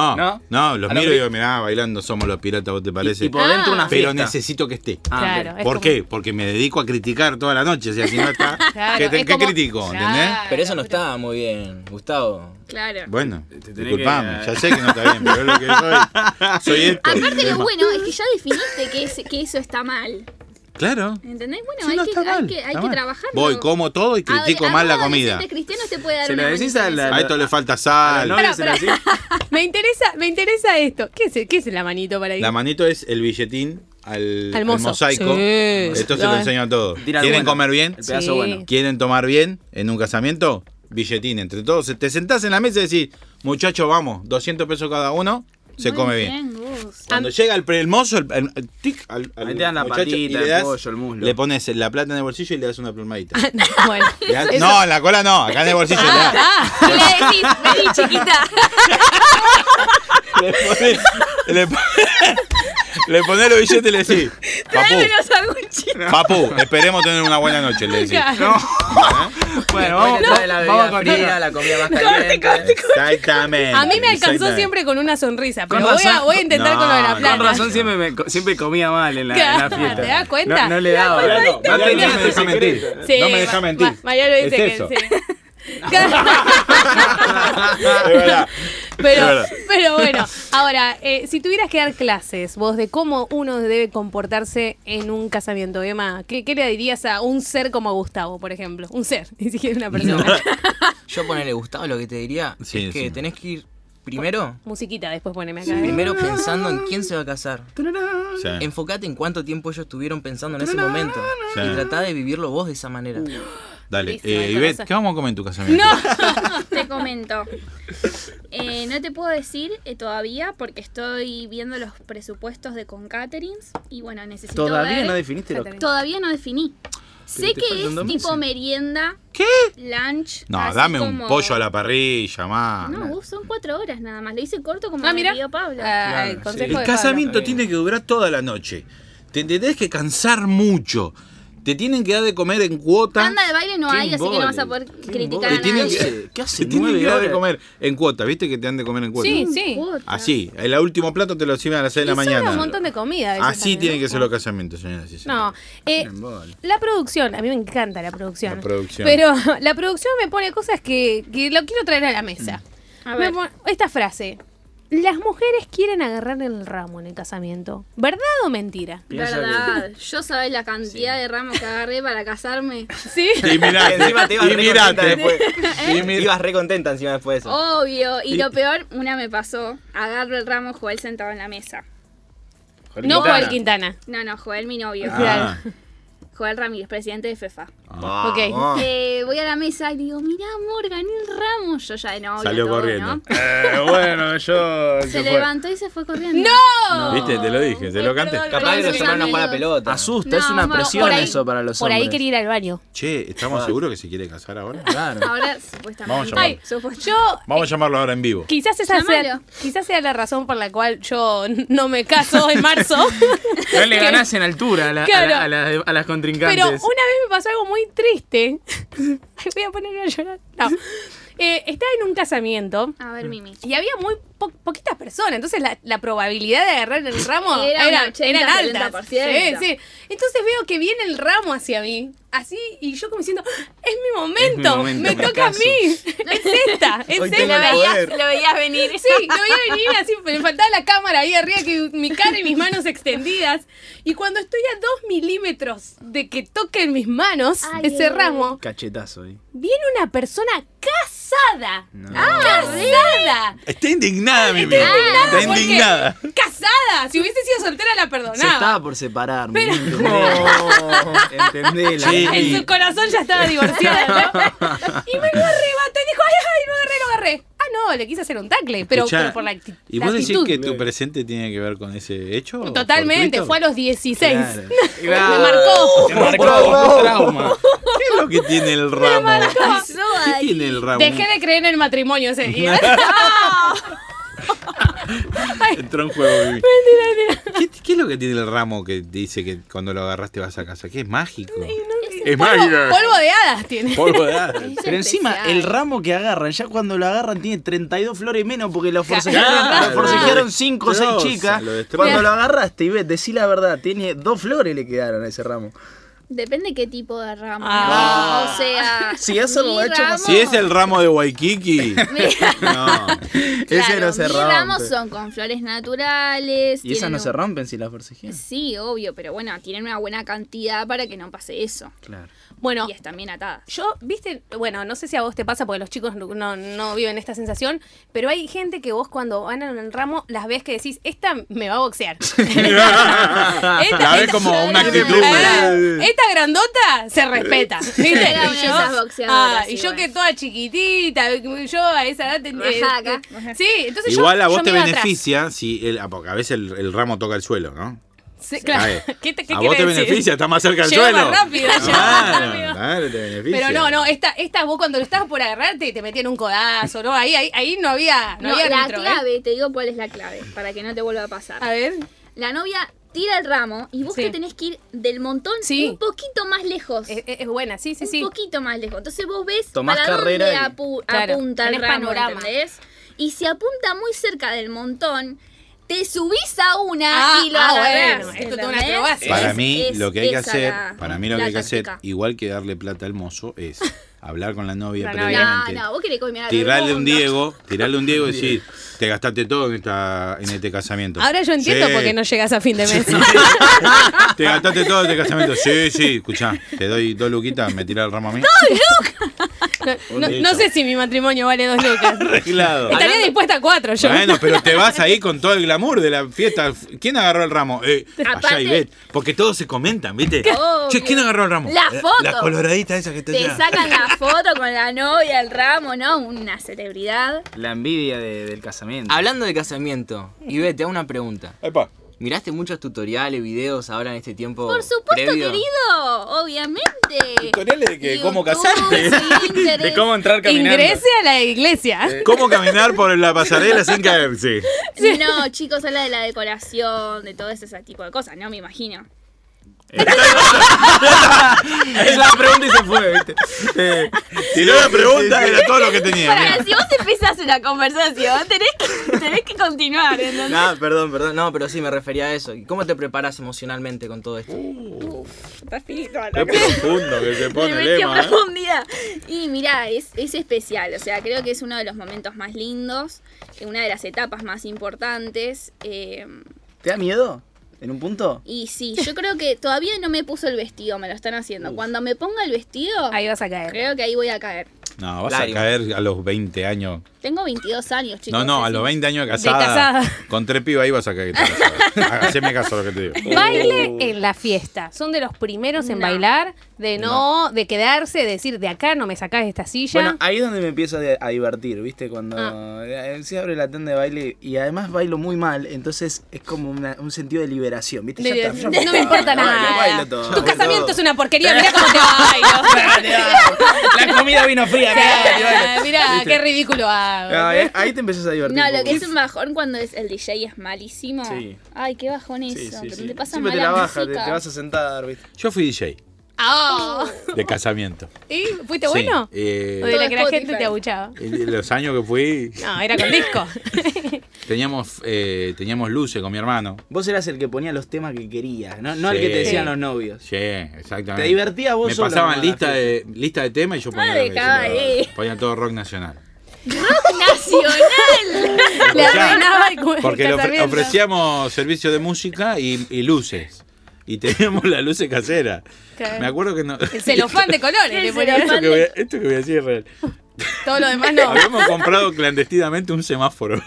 [SPEAKER 6] No, los
[SPEAKER 7] A la
[SPEAKER 6] miro y
[SPEAKER 7] pri-
[SPEAKER 6] digo, mirá, bailando somos los piratas, ¿vos te parece?
[SPEAKER 7] Y por dentro una
[SPEAKER 6] Pero
[SPEAKER 7] fiesta.
[SPEAKER 6] necesito que esté.
[SPEAKER 3] Claro,
[SPEAKER 7] ok.
[SPEAKER 3] es
[SPEAKER 6] ¿Por
[SPEAKER 3] como-
[SPEAKER 6] qué? Porque me dedico a criticar toda la noche, o sea, si no está,
[SPEAKER 3] Claro,
[SPEAKER 6] ¿qué,
[SPEAKER 3] es
[SPEAKER 6] qué
[SPEAKER 3] como-
[SPEAKER 6] critico? ¿Entendés?
[SPEAKER 3] Claro,
[SPEAKER 8] Pero eso no
[SPEAKER 3] pero-
[SPEAKER 8] está muy bien, Gustavo.
[SPEAKER 4] Claro.
[SPEAKER 6] Bueno,
[SPEAKER 7] tenés
[SPEAKER 6] disculpame,
[SPEAKER 7] que-
[SPEAKER 6] ya sé que no está bien, pero es lo que soy. Soy esto.
[SPEAKER 4] Aparte lo bueno es que ya definiste que eso está mal.
[SPEAKER 6] Claro.
[SPEAKER 4] ¿Entendés? Bueno,
[SPEAKER 6] Sí,
[SPEAKER 4] hay
[SPEAKER 6] no,
[SPEAKER 4] que,
[SPEAKER 6] está mal,
[SPEAKER 4] hay
[SPEAKER 6] está
[SPEAKER 4] que
[SPEAKER 6] mal.
[SPEAKER 4] trabajarlo.
[SPEAKER 6] Voy, como todo y critico mal la comida.
[SPEAKER 4] Cristianos te puede dar
[SPEAKER 7] Se lo
[SPEAKER 4] una
[SPEAKER 7] decís
[SPEAKER 4] manita
[SPEAKER 7] a
[SPEAKER 4] en
[SPEAKER 7] la-
[SPEAKER 4] eso.
[SPEAKER 6] A esto le falta sal.
[SPEAKER 7] No, se lo decís.
[SPEAKER 3] Me interesa esto. ¿Qué es la manito para ir?
[SPEAKER 6] La manito es el billetín al
[SPEAKER 3] Al mozo.
[SPEAKER 6] mosaico.
[SPEAKER 3] Sí,
[SPEAKER 6] Esto se lo
[SPEAKER 3] claro.
[SPEAKER 6] enseño a todos.
[SPEAKER 7] Tira el
[SPEAKER 6] ¿Quieren
[SPEAKER 7] bueno.
[SPEAKER 6] comer bien?
[SPEAKER 7] El pedazo
[SPEAKER 3] Sí.
[SPEAKER 7] bueno.
[SPEAKER 6] ¿Quieren tomar bien en un casamiento? Billetín entre todos. Te sentás en la mesa y decís, muchachos, vamos, 200 pesos cada uno, se
[SPEAKER 4] Muy
[SPEAKER 6] come bien.
[SPEAKER 4] Gus.
[SPEAKER 6] Cuando llega el mozo, el tic, al
[SPEAKER 7] Ahí te dan la
[SPEAKER 6] muchacho y
[SPEAKER 7] patita,
[SPEAKER 6] le
[SPEAKER 7] el
[SPEAKER 6] das-
[SPEAKER 7] pollo, el muslo.
[SPEAKER 6] Le pones la plata en el bolsillo y le das una palmadita.
[SPEAKER 3] Bueno.
[SPEAKER 6] Le das- no, en la cola no, acá en el bolsillo.
[SPEAKER 4] Y le decís, vení chiquita.
[SPEAKER 6] Le pones los billetes y le decís,
[SPEAKER 4] Tráeme los sanguchitos.
[SPEAKER 6] papu, esperemos tener una buena noche, le decís.
[SPEAKER 7] Bueno,
[SPEAKER 8] Vamos,
[SPEAKER 7] vamos,
[SPEAKER 8] la
[SPEAKER 7] vamos
[SPEAKER 8] bebida
[SPEAKER 7] con
[SPEAKER 8] fría, la comida más caliente.
[SPEAKER 6] Exactamente.
[SPEAKER 3] A mí me alcanzó
[SPEAKER 6] exactamente.
[SPEAKER 3] siempre con una sonrisa, pero
[SPEAKER 7] Con
[SPEAKER 3] voy a
[SPEAKER 7] razón.
[SPEAKER 3] intentar
[SPEAKER 6] No,
[SPEAKER 3] con lo de la
[SPEAKER 6] con
[SPEAKER 3] plata.
[SPEAKER 7] Con razón siempre comía mal en la fiesta.
[SPEAKER 3] ¿Te das cuenta?
[SPEAKER 7] No le daba.
[SPEAKER 6] Mariano,
[SPEAKER 7] No
[SPEAKER 6] Mariano
[SPEAKER 7] tenía
[SPEAKER 6] no me deja
[SPEAKER 7] secreto.
[SPEAKER 6] mentir.
[SPEAKER 3] Sí,
[SPEAKER 6] No me deja mentir.
[SPEAKER 3] Mariano dice
[SPEAKER 6] Es
[SPEAKER 3] que
[SPEAKER 6] eso.
[SPEAKER 3] sí.
[SPEAKER 6] Es verdad.
[SPEAKER 3] Pero bueno, ahora, si tuvieras que dar clases, vos, de cómo uno debe comportarse en un casamiento, Emma, ¿qué le dirías a un ser como Gustavo, por ejemplo? Un ser, ni siquiera una persona.
[SPEAKER 8] Yo ponerle Gustavo, lo que te diría
[SPEAKER 6] Sí,
[SPEAKER 8] es que
[SPEAKER 6] sí.
[SPEAKER 8] tenés que ir Primero,
[SPEAKER 3] Musiquita, después poneme acá.
[SPEAKER 8] primero pensando en quién se va a casar.
[SPEAKER 6] Sí.
[SPEAKER 8] Enfocate en cuánto tiempo ellos estuvieron pensando en ese momento.
[SPEAKER 6] Sí.
[SPEAKER 8] Y tratá de vivirlo vos de esa manera.
[SPEAKER 6] Dale,
[SPEAKER 3] Listo,
[SPEAKER 6] Ivette,
[SPEAKER 3] cosa.
[SPEAKER 6] ¿qué vamos a comer en tu casamiento?
[SPEAKER 4] Te comento. No te puedo decir todavía porque estoy viendo los presupuestos de Concaterings y bueno, necesito
[SPEAKER 7] Todavía
[SPEAKER 4] ver.
[SPEAKER 7] no definiste lo
[SPEAKER 4] Todavía no definí. Sé
[SPEAKER 7] te
[SPEAKER 4] que
[SPEAKER 7] faltan
[SPEAKER 4] es
[SPEAKER 7] 2
[SPEAKER 4] tipo
[SPEAKER 7] meses.
[SPEAKER 4] merienda,
[SPEAKER 6] ¿Qué?
[SPEAKER 4] lunch.
[SPEAKER 6] No,
[SPEAKER 4] así
[SPEAKER 6] dame
[SPEAKER 4] como-
[SPEAKER 6] un pollo a la parrilla, más.
[SPEAKER 4] No, son 4 horas nada más. Lo hice corto como
[SPEAKER 3] Ah,
[SPEAKER 4] me
[SPEAKER 3] mira.
[SPEAKER 4] pidió Pablo.
[SPEAKER 3] El
[SPEAKER 7] sí.
[SPEAKER 3] consejo
[SPEAKER 6] El
[SPEAKER 3] de
[SPEAKER 6] casamiento
[SPEAKER 7] Pablo.
[SPEAKER 6] tiene que durar toda la noche. Te tenés que cansar mucho. Te tienen que dar de comer en cuota.
[SPEAKER 4] Banda de baile no
[SPEAKER 7] Qué
[SPEAKER 4] hay, así que no vas a poder
[SPEAKER 7] embole, qué
[SPEAKER 4] criticar
[SPEAKER 6] Te
[SPEAKER 4] a
[SPEAKER 6] tienen
[SPEAKER 4] nadie.
[SPEAKER 6] que,
[SPEAKER 7] ¿Qué hace
[SPEAKER 6] te tienen
[SPEAKER 7] 9
[SPEAKER 6] que dar de
[SPEAKER 7] horas?
[SPEAKER 6] comer en cuota, ¿viste? Que te dan de comer en cuota.
[SPEAKER 3] Sí, sí.
[SPEAKER 4] Puta.
[SPEAKER 6] Así, el último plato te lo sirven a las 6 de la
[SPEAKER 3] Y sobra
[SPEAKER 6] mañana.
[SPEAKER 3] un montón de comida. a veces
[SPEAKER 6] Así
[SPEAKER 3] también,
[SPEAKER 6] tienen
[SPEAKER 3] ¿no?
[SPEAKER 6] que ser los casamientos, señoras y
[SPEAKER 3] No,
[SPEAKER 6] señores.
[SPEAKER 7] Embole.
[SPEAKER 3] la producción, a mí me encanta la producción.
[SPEAKER 6] La producción.
[SPEAKER 3] Pero la producción me pone cosas que lo quiero traer a la mesa.
[SPEAKER 4] A
[SPEAKER 3] Me
[SPEAKER 4] ver.
[SPEAKER 3] pone- esta frase. Las mujeres quieren agarrar el ramo en el casamiento. ¿Verdad o mentira?
[SPEAKER 7] Piensa
[SPEAKER 4] Verdad. Yo sabés la cantidad de ramos que agarré para casarme.
[SPEAKER 3] Sí.
[SPEAKER 6] Y mirate,
[SPEAKER 8] Encima te ibas
[SPEAKER 6] y
[SPEAKER 8] re contenta
[SPEAKER 6] mirate.
[SPEAKER 8] después.
[SPEAKER 6] Y mir-
[SPEAKER 8] Ibas re contenta encima después de eso.
[SPEAKER 4] Obvio. Y lo peor, una me pasó. Agarro el ramo, Joel sentado en la mesa.
[SPEAKER 3] No Joel Quintana.
[SPEAKER 4] No, Joel mi novio.
[SPEAKER 6] Ah,
[SPEAKER 4] Joel Ramírez, presidente de FEFA.
[SPEAKER 3] Ok.
[SPEAKER 4] Voy a la mesa y digo, mirá amor, gané el ramo. Yo ya de novia,
[SPEAKER 6] Salió
[SPEAKER 4] todo,
[SPEAKER 6] corriendo.
[SPEAKER 4] ¿no?
[SPEAKER 7] Bueno, yo...
[SPEAKER 4] Se levantó y se fue corriendo.
[SPEAKER 3] ¡No!
[SPEAKER 6] ¿Viste? Te lo dije, te lo canté.
[SPEAKER 3] Perdón,
[SPEAKER 8] Capaz que
[SPEAKER 4] Con
[SPEAKER 8] lo
[SPEAKER 4] sus
[SPEAKER 8] llamaron a jugar a
[SPEAKER 4] amigos.
[SPEAKER 8] pelota.
[SPEAKER 7] Asusta,
[SPEAKER 4] No,
[SPEAKER 7] es una
[SPEAKER 4] no,
[SPEAKER 7] presión
[SPEAKER 3] por ahí-
[SPEAKER 7] eso para los
[SPEAKER 3] Por
[SPEAKER 7] hombres.
[SPEAKER 3] ahí quería ir al baño.
[SPEAKER 6] Che, ¿estamos seguros que se quiere casar ahora?
[SPEAKER 7] Claro.
[SPEAKER 4] Ahora, supuestamente.
[SPEAKER 6] Vamos a llamarlo.
[SPEAKER 3] Ay,
[SPEAKER 4] Supuestamente.
[SPEAKER 3] yo
[SPEAKER 6] Vamos a llamarlo ahora en vivo.
[SPEAKER 3] quizás sea la razón por la cual yo no me caso en marzo.
[SPEAKER 7] No le ganás en altura
[SPEAKER 3] Claro.
[SPEAKER 7] a las contrincantes.
[SPEAKER 3] Pero una vez me pasó algo muy triste. Ay, voy a ponerme a llorar. No. Estaba en un casamiento
[SPEAKER 4] A ver, Mimi.
[SPEAKER 3] y había muy poquitas personas. Entonces la probabilidad de agarrar el ramo
[SPEAKER 4] Era un 80,
[SPEAKER 3] eran altas.
[SPEAKER 4] 70%.
[SPEAKER 3] Sí, sí. Entonces veo que viene el ramo hacia mí. Así, y yo como diciendo, es mi momento, me
[SPEAKER 7] me
[SPEAKER 3] toca a
[SPEAKER 7] caso".
[SPEAKER 3] mí. Es esta, es
[SPEAKER 8] Hoy tengo
[SPEAKER 3] esta.
[SPEAKER 8] el poder.
[SPEAKER 4] Lo veías venir.
[SPEAKER 3] Sí, lo voy a venir así, me faltaba la cámara ahí arriba, que mi cara y mis manos extendidas. Y cuando estoy a 2 milímetros de que toquen mis manos
[SPEAKER 4] Ay,
[SPEAKER 3] ese
[SPEAKER 4] ay,
[SPEAKER 3] ramo,
[SPEAKER 7] Cachetazo ahí.
[SPEAKER 3] viene una persona casada.
[SPEAKER 7] No.
[SPEAKER 3] ¡Casada!
[SPEAKER 6] Está indignada, mi
[SPEAKER 3] Está indignada
[SPEAKER 6] Está
[SPEAKER 3] porque-
[SPEAKER 6] indignada.
[SPEAKER 3] ¡Casada! Si hubiese sido soltera la
[SPEAKER 7] Se
[SPEAKER 3] perdonaba.
[SPEAKER 7] estaba por separar.
[SPEAKER 3] Pero-
[SPEAKER 7] Entendela.
[SPEAKER 6] Sí.
[SPEAKER 3] En su corazón ya estaba divorciada, ¿no? Y me lo arrebató y dijo, ay, lo agarré. Ah, no, le quise hacer un tacle, pero por la,
[SPEAKER 6] ¿Y
[SPEAKER 3] la
[SPEAKER 6] vos decís
[SPEAKER 3] actitud.
[SPEAKER 6] que tu presente tiene que ver con ese hecho?
[SPEAKER 3] Totalmente,
[SPEAKER 6] fortuito?
[SPEAKER 3] fue a los 16.
[SPEAKER 7] Claro.
[SPEAKER 3] Me marcó.
[SPEAKER 7] Te marcó un trauma.
[SPEAKER 6] ¿Qué es lo que tiene el ramo? ¿Qué tiene el ramo?
[SPEAKER 3] Dejé de creer en el matrimonio ese día.
[SPEAKER 6] Entró en juego, Vivi. ¿Qué es lo que tiene el ramo que dice que cuando lo agarraste vas a casa? ¿Qué es mágico? Es mágico.
[SPEAKER 3] Polvo de hadas tiene.
[SPEAKER 6] Polvo de hadas.
[SPEAKER 7] Pero encima,
[SPEAKER 4] especial.
[SPEAKER 7] el ramo que agarran, ya cuando lo agarran tiene 32 flores menos porque lo
[SPEAKER 6] Claro.
[SPEAKER 7] forcejearon 5 o 6
[SPEAKER 6] Destroza,
[SPEAKER 7] chicas.
[SPEAKER 6] lo destroza.
[SPEAKER 7] Cuando lo agarraste, y ves, decí la verdad, tiene 2 flores le quedaron a ese ramo.
[SPEAKER 4] Depende qué tipo de ramo.
[SPEAKER 3] Ah.
[SPEAKER 4] ¿no? O sea,
[SPEAKER 7] Si eso lo
[SPEAKER 4] mi
[SPEAKER 7] ha hecho
[SPEAKER 4] ramo-
[SPEAKER 7] más-
[SPEAKER 6] Si es el ramo de Waikiki. No.
[SPEAKER 7] Ese no se
[SPEAKER 4] mis
[SPEAKER 7] rompe.
[SPEAKER 4] ramos son con flores naturales.
[SPEAKER 7] Y esas
[SPEAKER 4] tienen
[SPEAKER 7] no se
[SPEAKER 4] un-
[SPEAKER 7] rompen si las forcejean.
[SPEAKER 4] Sí, obvio, pero bueno, tienen una buena cantidad para que no pase eso.
[SPEAKER 7] Claro.
[SPEAKER 3] Bueno,
[SPEAKER 4] Y están bien atadas.
[SPEAKER 3] yo, viste, bueno, no sé si a vos te pasa porque los chicos no viven esta sensación, pero hay gente que vos cuando van en el ramo las ves que decís, esta me va a boxear.
[SPEAKER 6] La ves como una actitud.
[SPEAKER 3] Esta grandota se respeta. ¿viste?
[SPEAKER 4] Era
[SPEAKER 3] Y
[SPEAKER 4] una de esas boxeadoras,
[SPEAKER 3] y yo
[SPEAKER 4] igual.
[SPEAKER 3] que toda chiquitita, yo a esa edad
[SPEAKER 4] Bajaca.
[SPEAKER 3] sí, entonces
[SPEAKER 6] Igual a
[SPEAKER 3] yo
[SPEAKER 6] vos
[SPEAKER 3] me
[SPEAKER 6] te
[SPEAKER 3] iba atrás.
[SPEAKER 6] beneficia si porque a veces el ramo toca el suelo, ¿no?
[SPEAKER 3] Sí, claro.
[SPEAKER 6] Cae.
[SPEAKER 3] ¿Qué
[SPEAKER 6] a
[SPEAKER 3] quiere
[SPEAKER 6] vos te
[SPEAKER 3] decir?
[SPEAKER 6] beneficia, está más cerca del
[SPEAKER 3] Llego
[SPEAKER 6] suelo.
[SPEAKER 3] más rápido, llego más rápido.
[SPEAKER 6] Claro, te beneficia.
[SPEAKER 3] Pero no, esta vos cuando lo estabas por agarrarte te metían un codazo, ¿no? Ahí no había
[SPEAKER 4] No,
[SPEAKER 3] había
[SPEAKER 4] la
[SPEAKER 3] nitro, ¿eh?
[SPEAKER 4] clave, te digo cuál es la clave, para que no te vuelva a pasar.
[SPEAKER 3] A ver.
[SPEAKER 4] La novia tira el ramo y vos
[SPEAKER 3] Sí.
[SPEAKER 4] te tenés que ir del montón
[SPEAKER 3] Sí.
[SPEAKER 4] un poquito más lejos.
[SPEAKER 3] Es buena, sí, sí,
[SPEAKER 4] un
[SPEAKER 3] sí.
[SPEAKER 4] poquito más lejos. Entonces vos ves
[SPEAKER 7] Tomás
[SPEAKER 4] para
[SPEAKER 7] carrera
[SPEAKER 4] dónde
[SPEAKER 7] y-
[SPEAKER 3] Claro,
[SPEAKER 4] apunta el
[SPEAKER 3] tenés
[SPEAKER 4] ramo,
[SPEAKER 3] panorama.
[SPEAKER 4] ¿entendés? Y si apunta muy cerca del montón, te subís a una y lo agarrás.
[SPEAKER 3] bueno, esto es una
[SPEAKER 4] ¿entendés?
[SPEAKER 3] acrobacia.
[SPEAKER 6] Para
[SPEAKER 4] Es-
[SPEAKER 6] mí
[SPEAKER 4] es
[SPEAKER 6] lo que hay que
[SPEAKER 4] esa
[SPEAKER 6] hacer,
[SPEAKER 4] la-
[SPEAKER 6] para mí lo que
[SPEAKER 4] la
[SPEAKER 6] hay que hacer,
[SPEAKER 4] táctica.
[SPEAKER 6] igual que darle plata al mozo, es hablar con la novia
[SPEAKER 3] La novia.
[SPEAKER 6] previamente.
[SPEAKER 4] No, vos querés comer a todo el
[SPEAKER 6] Tirarle un
[SPEAKER 4] mundo.
[SPEAKER 6] Diego y decir, te gastaste todo en este casamiento.
[SPEAKER 3] Ahora yo entiendo
[SPEAKER 6] Sí.
[SPEAKER 3] por qué no llegas a fin de mes.
[SPEAKER 6] Te gastaste todo en este casamiento. Sí, escuchá, te doy 2 luquitas, me tirás el ramo a mí.
[SPEAKER 3] No sé si mi matrimonio vale 2 lucas.
[SPEAKER 6] Arreglado.
[SPEAKER 3] Estaría dispuesta a 4 yo.
[SPEAKER 6] Bueno, pero te vas ahí con todo el glamour de la fiesta. ¿Quién agarró el ramo? Allá
[SPEAKER 4] Aparte-
[SPEAKER 6] Ivette. Porque todos se comentan, ¿viste?
[SPEAKER 4] Obvio.
[SPEAKER 6] Che, ¿quién agarró el ramo?
[SPEAKER 4] La foto.
[SPEAKER 6] La coloradita esa que está
[SPEAKER 4] Te
[SPEAKER 6] allá.
[SPEAKER 4] sacan la foto con la novia, el ramo, ¿no? Una celebridad.
[SPEAKER 7] La envidia del casamiento.
[SPEAKER 8] Hablando de casamiento, Ivette, te hago una pregunta.
[SPEAKER 6] Epa.
[SPEAKER 8] ¿Miraste muchos tutoriales, videos ahora en este tiempo?
[SPEAKER 4] Por supuesto,
[SPEAKER 8] previo?
[SPEAKER 4] querido, obviamente.
[SPEAKER 6] Tutoriales de que cómo
[SPEAKER 4] YouTube,
[SPEAKER 6] casarte.
[SPEAKER 4] Pinterest.
[SPEAKER 7] De cómo entrar caminando.
[SPEAKER 3] Ingrese a la iglesia.
[SPEAKER 6] ¿Cómo caminar por la pasarela sin caerse?
[SPEAKER 4] No, chicos, habla de la decoración, de todo ese tipo de cosas, ¿no? Me imagino.
[SPEAKER 7] Es la pregunta y se fue, ¿viste?
[SPEAKER 6] Tiró la pregunta, era todo lo que tenía.
[SPEAKER 4] Para,
[SPEAKER 6] mirá.
[SPEAKER 4] si vos empezás una conversación, tenés que continuar, ¿entendés?
[SPEAKER 8] No, perdón. No, pero sí me refería a eso. ¿Y cómo te preparas emocionalmente con todo esto?
[SPEAKER 4] Está espiritual.
[SPEAKER 6] Qué profundo que se pone
[SPEAKER 4] Le
[SPEAKER 6] el
[SPEAKER 4] metió
[SPEAKER 6] lema, ¿eh?
[SPEAKER 4] profundidad. Y mirá, es especial, o sea, creo que es uno de los momentos más lindos, una de las etapas más importantes.
[SPEAKER 7] ¿Te da miedo? ¿En un punto?
[SPEAKER 4] Y sí, yo creo que todavía no me puso el vestido, me lo están haciendo. Cuando me ponga el vestido,
[SPEAKER 3] Ahí vas a caer.
[SPEAKER 4] creo que ahí voy a caer.
[SPEAKER 6] No, vas
[SPEAKER 8] Lágrimas.
[SPEAKER 6] a caer a los 20 años.
[SPEAKER 4] Tengo 22 años, chicos.
[SPEAKER 6] No, a
[SPEAKER 4] es
[SPEAKER 6] los 20 años de
[SPEAKER 3] De
[SPEAKER 6] casada.
[SPEAKER 3] casada.
[SPEAKER 6] Con 3 pibas ahí vas a caer. Haceme caso a lo que te digo.
[SPEAKER 3] Baile en la fiesta. Son de los primeros en
[SPEAKER 4] No.
[SPEAKER 3] bailar, de quedarse, de decir, de acá no me sacás de esta silla.
[SPEAKER 7] Bueno, ahí es donde me empiezo a divertir, ¿viste? Cuando se abre la tanda de baile y además bailo muy mal, entonces es como un sentido de liberación, ¿viste? Ya está, ya
[SPEAKER 3] no me importa
[SPEAKER 7] bailo,
[SPEAKER 3] nada.
[SPEAKER 7] bailo todo.
[SPEAKER 3] Tu casamiento es una porquería, mirá cómo te bailo.
[SPEAKER 7] La comida vino fría,
[SPEAKER 3] Mirá, qué ridículo hago.
[SPEAKER 7] Ahí te empezás a divertir.
[SPEAKER 4] No,
[SPEAKER 7] un
[SPEAKER 4] lo
[SPEAKER 7] poco.
[SPEAKER 4] que es un bajón cuando el DJ es malísimo.
[SPEAKER 7] Sí.
[SPEAKER 4] Ay, qué bajón
[SPEAKER 7] Sí,
[SPEAKER 4] eso.
[SPEAKER 7] sí,
[SPEAKER 4] Pero
[SPEAKER 7] sí.
[SPEAKER 4] te pasa
[SPEAKER 7] Siempre
[SPEAKER 4] mal
[SPEAKER 7] te la
[SPEAKER 4] la
[SPEAKER 7] bajas, te
[SPEAKER 4] música.
[SPEAKER 7] vas a sentar, ¿viste?
[SPEAKER 6] Yo fui DJ
[SPEAKER 3] Ah.
[SPEAKER 6] de casamiento.
[SPEAKER 3] ¿Y fuiste
[SPEAKER 6] Sí,
[SPEAKER 3] bueno? ¿O de la que la
[SPEAKER 4] Todo
[SPEAKER 3] gente
[SPEAKER 4] Spotify.
[SPEAKER 3] te abuchaba?
[SPEAKER 6] Los años que fui,
[SPEAKER 3] No, era con disco.
[SPEAKER 6] teníamos luces con mi hermano.
[SPEAKER 7] Vos eras el que ponía los temas que querías, no el
[SPEAKER 6] Sí.
[SPEAKER 7] que te decían los novios.
[SPEAKER 6] Sí, exactamente.
[SPEAKER 7] Te divertías vos
[SPEAKER 6] Me
[SPEAKER 7] solo,
[SPEAKER 6] pasaban
[SPEAKER 7] ¿no?
[SPEAKER 6] lista de temas y yo ponía,
[SPEAKER 4] Ay, caí.
[SPEAKER 6] ponía todo rock nacional.
[SPEAKER 4] ¡Nacional!
[SPEAKER 3] Le arruinaba el
[SPEAKER 6] Porque le
[SPEAKER 3] casamiento.
[SPEAKER 6] ofrecíamos servicio de música y luces. Y teníamos las luces caseras.
[SPEAKER 3] Claro.
[SPEAKER 6] Me acuerdo que no.
[SPEAKER 3] El celofán de colores le ponía.
[SPEAKER 6] Esto que voy a decir es real.
[SPEAKER 3] Todo lo demás no.
[SPEAKER 6] Habíamos comprado clandestinamente un semáforo.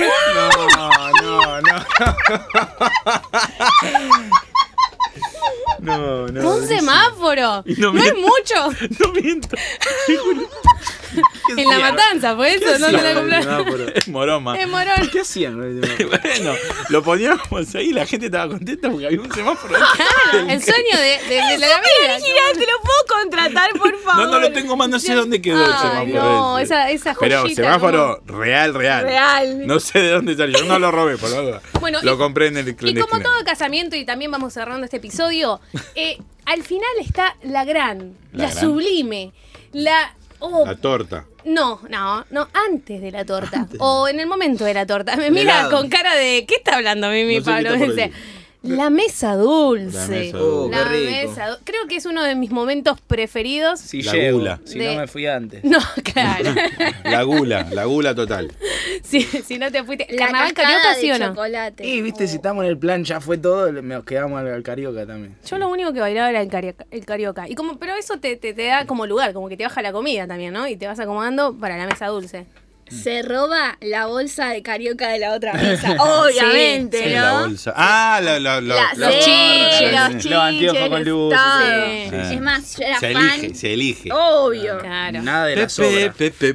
[SPEAKER 7] No.
[SPEAKER 3] Un semáforo.
[SPEAKER 6] Y no
[SPEAKER 3] No es
[SPEAKER 6] miento.
[SPEAKER 3] mucho.
[SPEAKER 6] No miento.
[SPEAKER 3] En la matanza fue eso. No te la compraron.
[SPEAKER 6] Es moroma.
[SPEAKER 3] Es morón.
[SPEAKER 7] ¿Qué hacían?
[SPEAKER 6] Bueno, lo poníamos ahí y la gente estaba contenta porque había un semáforo.
[SPEAKER 3] El sueño de la vida.
[SPEAKER 4] Te lo puedo contratar, por favor.
[SPEAKER 6] No lo tengo más, no sé dónde quedó el
[SPEAKER 3] Ay,
[SPEAKER 6] semáforo.
[SPEAKER 3] no,
[SPEAKER 6] ese.
[SPEAKER 3] esa joyita.
[SPEAKER 6] Pero semáforo real.
[SPEAKER 4] Real.
[SPEAKER 6] No sé de dónde salió. Yo no lo robé, por la duda.
[SPEAKER 3] Bueno,
[SPEAKER 6] Lo compré en el
[SPEAKER 3] Y
[SPEAKER 6] clandestino.
[SPEAKER 3] como todo casamiento, y también vamos cerrando este episodio, al final está la gran, la
[SPEAKER 6] gran.
[SPEAKER 3] sublime, la... oh,
[SPEAKER 6] La torta.
[SPEAKER 3] no, antes de la torta. O en el momento de la torta. Me mira
[SPEAKER 8] helado.
[SPEAKER 3] con cara de... ¿Qué está hablando Mimi
[SPEAKER 6] No sé qué
[SPEAKER 3] Pablo?
[SPEAKER 6] está por
[SPEAKER 3] Dice,
[SPEAKER 6] decir.
[SPEAKER 3] la mesa dulce.
[SPEAKER 6] La mesa dulce.
[SPEAKER 3] La
[SPEAKER 8] Qué rico.
[SPEAKER 3] mesa dulce. Creo que es uno de mis momentos preferidos.
[SPEAKER 7] Si
[SPEAKER 6] La
[SPEAKER 7] llego,
[SPEAKER 6] gula.
[SPEAKER 7] si
[SPEAKER 3] De-
[SPEAKER 7] no me fui antes.
[SPEAKER 3] No, claro.
[SPEAKER 6] La gula total.
[SPEAKER 3] si no te fuiste.
[SPEAKER 4] La
[SPEAKER 3] ¿Carnaval
[SPEAKER 4] cascada
[SPEAKER 3] carioca
[SPEAKER 4] de
[SPEAKER 3] sí o no?
[SPEAKER 4] chocolate.
[SPEAKER 7] Y viste, si estamos en el plan, ya fue todo, nos quedamos al carioca también.
[SPEAKER 3] Yo lo único que bailaba era el carioca. Y como, pero eso te da como lugar, como que te baja la comida también, ¿no? Y te vas acomodando para la mesa dulce.
[SPEAKER 4] Se roba la bolsa de carioca de la otra mesa. Obviamente,
[SPEAKER 3] Sí,
[SPEAKER 6] Sí,
[SPEAKER 4] ¿no?
[SPEAKER 6] la bolsa. Ah,
[SPEAKER 4] Los
[SPEAKER 3] chiches,
[SPEAKER 4] chiches,
[SPEAKER 7] los anteojos con luces,
[SPEAKER 4] todo.
[SPEAKER 3] sí.
[SPEAKER 6] Sí.
[SPEAKER 4] Es más, yo era
[SPEAKER 6] Se
[SPEAKER 4] fan.
[SPEAKER 6] elige, se elige.
[SPEAKER 4] Obvio.
[SPEAKER 3] Claro.
[SPEAKER 7] Nada de la sobra.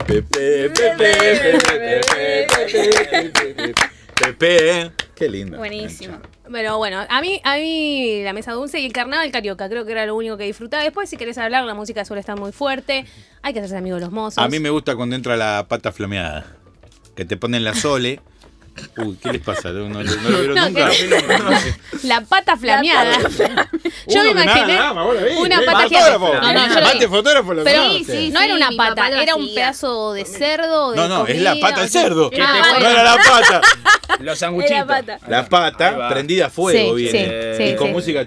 [SPEAKER 6] Pepe. Qué lindo.
[SPEAKER 4] Buenísimo.
[SPEAKER 3] Pero bueno, a mí la mesa dulce y el carnaval carioca creo que era lo único que disfrutaba. Después, si querés hablar, la música suele estar muy fuerte. Hay que hacerse amigos de los mozos.
[SPEAKER 6] A mí me gusta cuando entra la pata flameada. Que te ponen la sole. Uy, ¿qué les pasa? ¿No lo vieron
[SPEAKER 3] No,
[SPEAKER 6] nunca?
[SPEAKER 3] La pata flameada. Yo me
[SPEAKER 6] Uno que
[SPEAKER 3] imaginé
[SPEAKER 6] nada más, vos la ves,
[SPEAKER 3] una
[SPEAKER 6] ¿eh?
[SPEAKER 3] pata
[SPEAKER 6] Fotógrafo.
[SPEAKER 3] No, yo lo
[SPEAKER 6] Mate
[SPEAKER 3] vi.
[SPEAKER 6] fotógrafo lo
[SPEAKER 3] Pero
[SPEAKER 6] conoce.
[SPEAKER 4] sí,
[SPEAKER 3] no era una
[SPEAKER 4] mi
[SPEAKER 3] pata,
[SPEAKER 4] papá lo
[SPEAKER 3] era un
[SPEAKER 4] hacía.
[SPEAKER 3] pedazo de cerdo. De
[SPEAKER 6] No, es la
[SPEAKER 3] comida,
[SPEAKER 6] pata del
[SPEAKER 3] o sea.
[SPEAKER 6] cerdo.
[SPEAKER 3] Ah,
[SPEAKER 6] No
[SPEAKER 3] bueno.
[SPEAKER 6] era la pata.
[SPEAKER 7] Los sanguchitos.
[SPEAKER 4] Era pata.
[SPEAKER 6] La
[SPEAKER 7] Ahí
[SPEAKER 6] pata
[SPEAKER 7] va.
[SPEAKER 6] prendida a fuego
[SPEAKER 3] Sí,
[SPEAKER 6] viene.
[SPEAKER 3] sí,
[SPEAKER 6] Y
[SPEAKER 3] sí,
[SPEAKER 6] con
[SPEAKER 3] sí.
[SPEAKER 6] música.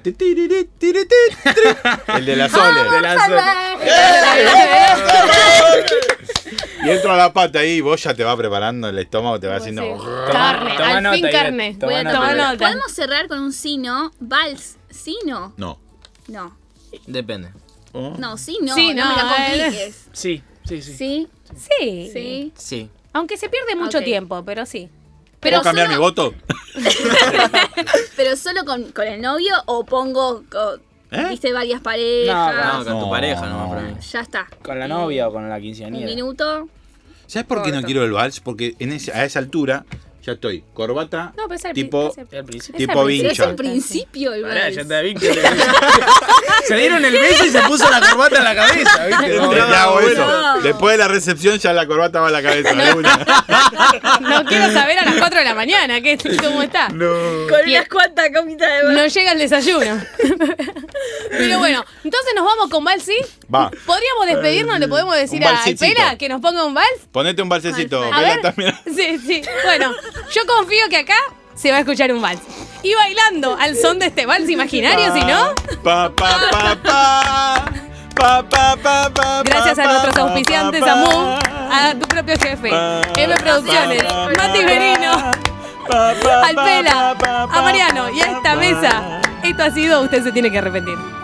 [SPEAKER 6] El de la sole.
[SPEAKER 7] De la
[SPEAKER 6] Y entra la pata ahí y vos ya te vas preparando el estómago, te va haciendo.
[SPEAKER 3] Sí. Carne,
[SPEAKER 7] Toma
[SPEAKER 3] al
[SPEAKER 7] nota,
[SPEAKER 3] fin
[SPEAKER 7] Ivette,
[SPEAKER 3] carne.
[SPEAKER 7] toma
[SPEAKER 3] Voy a
[SPEAKER 7] nota.
[SPEAKER 3] tomar nota.
[SPEAKER 4] Podemos cerrar con un sino. Vals. ¿Sino?
[SPEAKER 6] No.
[SPEAKER 4] No.
[SPEAKER 8] Depende.
[SPEAKER 4] No, sino.
[SPEAKER 3] Sí,
[SPEAKER 4] no me la
[SPEAKER 3] no,
[SPEAKER 4] compliques.
[SPEAKER 7] Sí. Sí, sí.
[SPEAKER 4] ¿Sí?
[SPEAKER 3] Sí.
[SPEAKER 4] Sí.
[SPEAKER 7] Sí.
[SPEAKER 3] Aunque se pierde mucho
[SPEAKER 4] Ok.
[SPEAKER 3] tiempo, pero sí.
[SPEAKER 6] ¿Puedo cambiar mi voto?
[SPEAKER 4] ¿Pero solo con el novio o pongo, viste, varias parejas?
[SPEAKER 7] No, con tu pareja nomás para mí.
[SPEAKER 4] Ya está.
[SPEAKER 7] Con la novia o con la
[SPEAKER 4] Un
[SPEAKER 7] quinceañera.
[SPEAKER 4] minuto.
[SPEAKER 6] ¿Sabes por qué no
[SPEAKER 4] Corto.
[SPEAKER 6] quiero el vals? Porque a esa altura ya estoy. Corbata,
[SPEAKER 3] No, pero es el
[SPEAKER 6] tipo,
[SPEAKER 3] es el-
[SPEAKER 7] Al principio.
[SPEAKER 6] tipo
[SPEAKER 3] Esa
[SPEAKER 4] Pero es
[SPEAKER 6] vincha.
[SPEAKER 4] el principio el
[SPEAKER 7] Pará,
[SPEAKER 4] vals.
[SPEAKER 7] ya te vi que se dieron el beso y se puso la corbata en la cabeza, ¿viste? Como,
[SPEAKER 6] Ya hago
[SPEAKER 7] bueno.
[SPEAKER 6] eso. Después de la recepción ya la corbata va a la cabeza. de una.
[SPEAKER 3] No quiero saber a las 4 de la mañana cómo está.
[SPEAKER 4] Con
[SPEAKER 3] Bien.
[SPEAKER 4] unas cuantas comitas de vals.
[SPEAKER 3] No llega el desayuno. Pero bueno, entonces nos vamos con vals, ¿sí?
[SPEAKER 6] Va.
[SPEAKER 3] ¿Podríamos despedirnos? ¿Le podemos decir
[SPEAKER 6] Un
[SPEAKER 3] a
[SPEAKER 6] valsecito.
[SPEAKER 3] Pela que nos ponga un vals?
[SPEAKER 6] Ponete un balsecito.
[SPEAKER 3] A
[SPEAKER 6] Pela,
[SPEAKER 3] ver.
[SPEAKER 6] también.
[SPEAKER 3] Sí, sí. Bueno, yo confío que acá se va a escuchar un vals. Y bailando al son de este vals imaginario, si no.
[SPEAKER 6] Pa, pa, pa, pa. Pa, pa, pa, pa,
[SPEAKER 3] Gracias a
[SPEAKER 6] pa,
[SPEAKER 3] nuestros
[SPEAKER 6] pa,
[SPEAKER 3] auspiciantes,
[SPEAKER 6] pa,
[SPEAKER 3] a Move,
[SPEAKER 6] pa.
[SPEAKER 3] a tu propio jefe,
[SPEAKER 6] Pa,
[SPEAKER 3] M Producciones,
[SPEAKER 6] pa,
[SPEAKER 3] Mati
[SPEAKER 6] pa,
[SPEAKER 3] Merino,
[SPEAKER 6] pa, pa,
[SPEAKER 3] al Pela,
[SPEAKER 6] pa, pa,
[SPEAKER 3] a Mariano y a esta
[SPEAKER 6] pa,
[SPEAKER 3] mesa. Esto ha sido Usted se tiene que arrepentir.